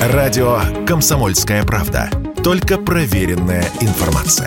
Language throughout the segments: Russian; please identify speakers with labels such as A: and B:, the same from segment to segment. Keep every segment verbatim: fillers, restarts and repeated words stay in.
A: Радио «Комсомольская правда». Только проверенная информация.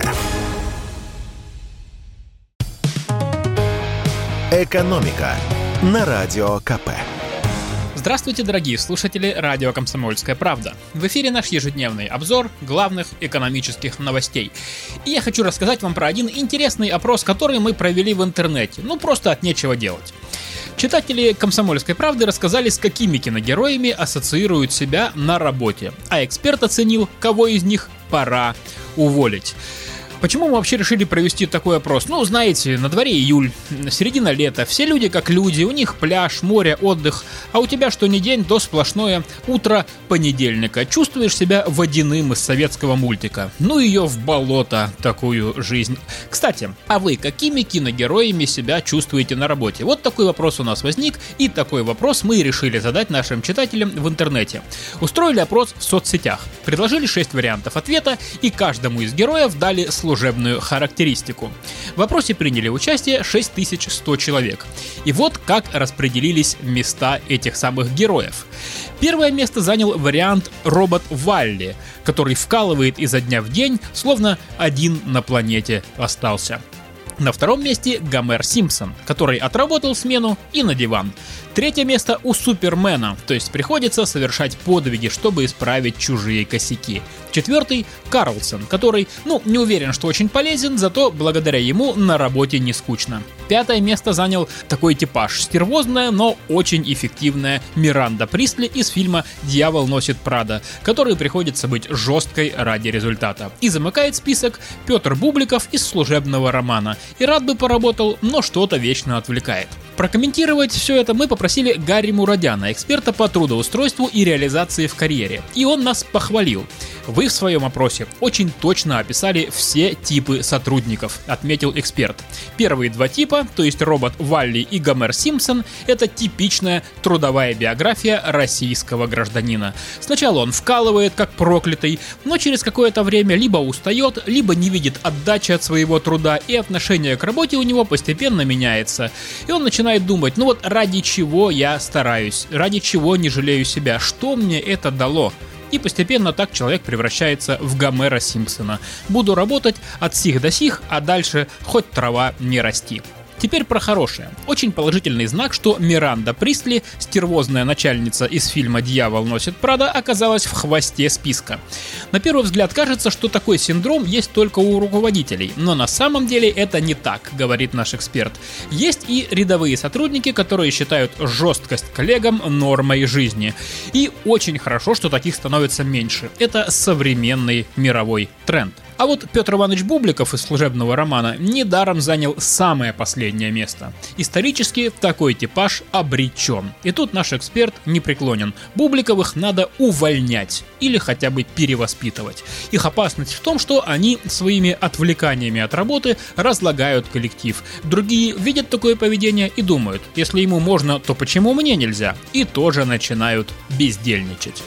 A: «Экономика» на Радио КП.
B: Здравствуйте, дорогие слушатели радио «Комсомольская правда». В эфире наш ежедневный обзор главных экономических новостей. И я хочу рассказать вам про один интересный опрос, который мы провели в интернете. Ну, просто от нечего делать. Читатели «Комсомольской правды» рассказали, с какими киногероями ассоциируют себя на работе. А эксперт оценил, кого из них пора уволить. Почему мы вообще решили провести такой опрос? Ну, знаете, на дворе июль, середина лета, все люди как люди, у них пляж, море, отдых, а у тебя что ни день, то сплошное утро понедельника. Чувствуешь себя водяным из советского мультика. Ну ее в болото, такую жизнь. Кстати, а вы какими киногероями себя чувствуете на работе? Вот такой вопрос у нас возник, и такой вопрос мы решили задать нашим читателям в интернете. Устроили опрос в соцсетях, предложили шесть вариантов ответа, и каждому из героев дали слово служебную характеристику. В опросе приняли участие шесть тысяч сто человек. И вот как распределились места этих самых героев. Первое место занял вариант робот Валли, который вкалывает изо дня в день, словно один на планете остался. На втором месте Гомер Симпсон, который отработал смену и на диван. Третье место у Супермена, то есть приходится совершать подвиги, чтобы исправить чужие косяки. Четвертый — Карлсон, который, ну, не уверен, что очень полезен, зато благодаря ему на работе не скучно. Пятое место занял такой типаж: стервозная, но очень эффективная Миранда Присли из фильма «Дьявол носит Прада», которой приходится быть жесткой ради результата. И замыкает список Петр Бубликов из «Служебного романа». И рад бы поработал, но что-то вечно отвлекает. Прокомментировать все это мы попросили Гарри Мурадяна, эксперта по трудоустройству и реализации в карьере. И он нас похвалил. Вы в своем опросе очень точно описали все типы сотрудников, отметил эксперт. Первые два типа, то есть робот Валли и Гомер Симпсон, это типичная трудовая биография российского гражданина. Сначала он вкалывает как проклятый, но через какое-то время либо устает, либо не видит отдачи от своего труда, и отношение к работе у него постепенно меняется. И он начинает думать: ну вот ради чего я стараюсь, ради чего не жалею себя, что мне это дало? И постепенно так человек превращается в Гомера Симпсона. Буду работать от сих до сих, а дальше хоть трава не расти. Теперь про хорошее. Очень положительный знак, что Миранда Присли, стервозная начальница из фильма «Дьявол носит Прада», оказалась в хвосте списка. На первый взгляд кажется, что такой синдром есть только у руководителей, но на самом деле это не так, говорит наш эксперт. Есть и рядовые сотрудники, которые считают жесткость коллегам нормой жизни. И очень хорошо, что таких становится меньше. Это современный мировой тренд. А вот Петр Иванович Бубликов из «Служебного романа» недаром занял самое последнее место. Исторически такой типаж обречен. И тут наш эксперт непреклонен. Бубликовых надо увольнять или хотя бы перевоспитывать. Их опасность в том, что они своими отвлеканиями от работы разлагают коллектив. Другие видят такое поведение и думают: если ему можно, то почему мне нельзя? И тоже начинают бездельничать.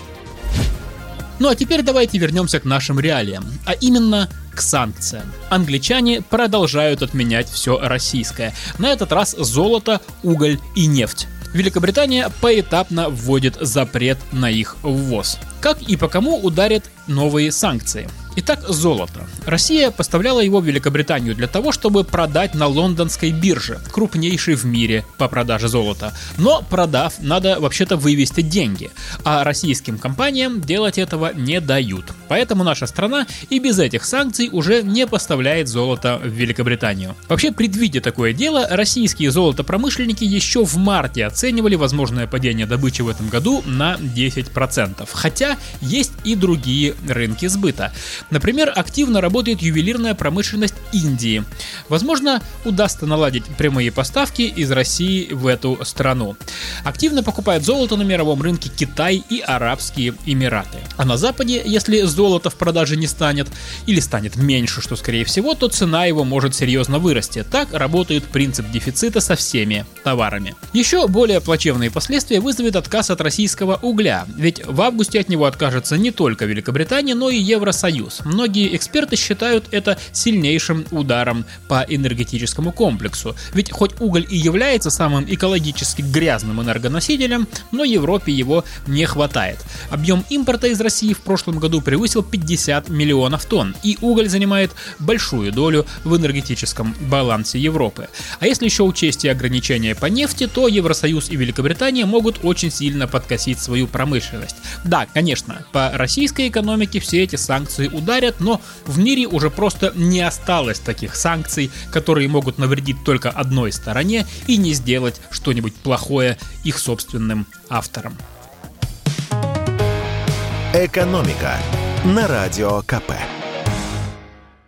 B: Ну а теперь давайте вернемся к нашим реалиям, а именно к санкциям. Англичане продолжают отменять все российское. На этот раз золото, уголь и нефть. Великобритания поэтапно вводит запрет на их ввоз. Как и по кому ударят новые санкции? Итак, золото. Россия поставляла его в Великобританию для того, чтобы продать на лондонской бирже, крупнейшей в мире по продаже золота. Но продав, надо вообще-то вывести деньги, а российским компаниям делать этого не дают. Поэтому наша страна и без этих санкций уже не поставляет золото в Великобританию. Вообще, предвидя такое дело, российские золотопромышленники еще в марте оценивали возможное падение добычи в этом году на десять процентов. Хотя есть и другие рынки сбыта. Например, активно работает ювелирная промышленность Индии. Возможно, удастся наладить прямые поставки из России в эту страну. Активно покупают золото на мировом рынке Китай и Арабские Эмираты. А на Западе, если золота в продаже не станет, или станет меньше, что скорее всего, то цена его может серьезно вырасти. Так работает принцип дефицита со всеми товарами. Еще более плачевные последствия вызовет отказ от российского угля, ведь в августе от него откажется не только Великобритания, но и Евросоюз. вопрос. Многие эксперты считают это сильнейшим ударом по энергетическому комплексу. Ведь хоть уголь и является самым экологически грязным энергоносителем, но Европе его не хватает. Объем импорта из России в прошлом году превысил пятьдесят миллионов тонн, и уголь занимает большую долю в энергетическом балансе Европы. А если еще учесть и ограничения по нефти, то Евросоюз и Великобритания могут очень сильно подкосить свою промышленность. Да, конечно, по российской экономике все эти санкции ударят, но в мире уже просто не осталось таких санкций, которые могут навредить только одной стороне и не сделать что-нибудь плохое их собственным авторам.
A: «Экономика» на Радио ка пэ.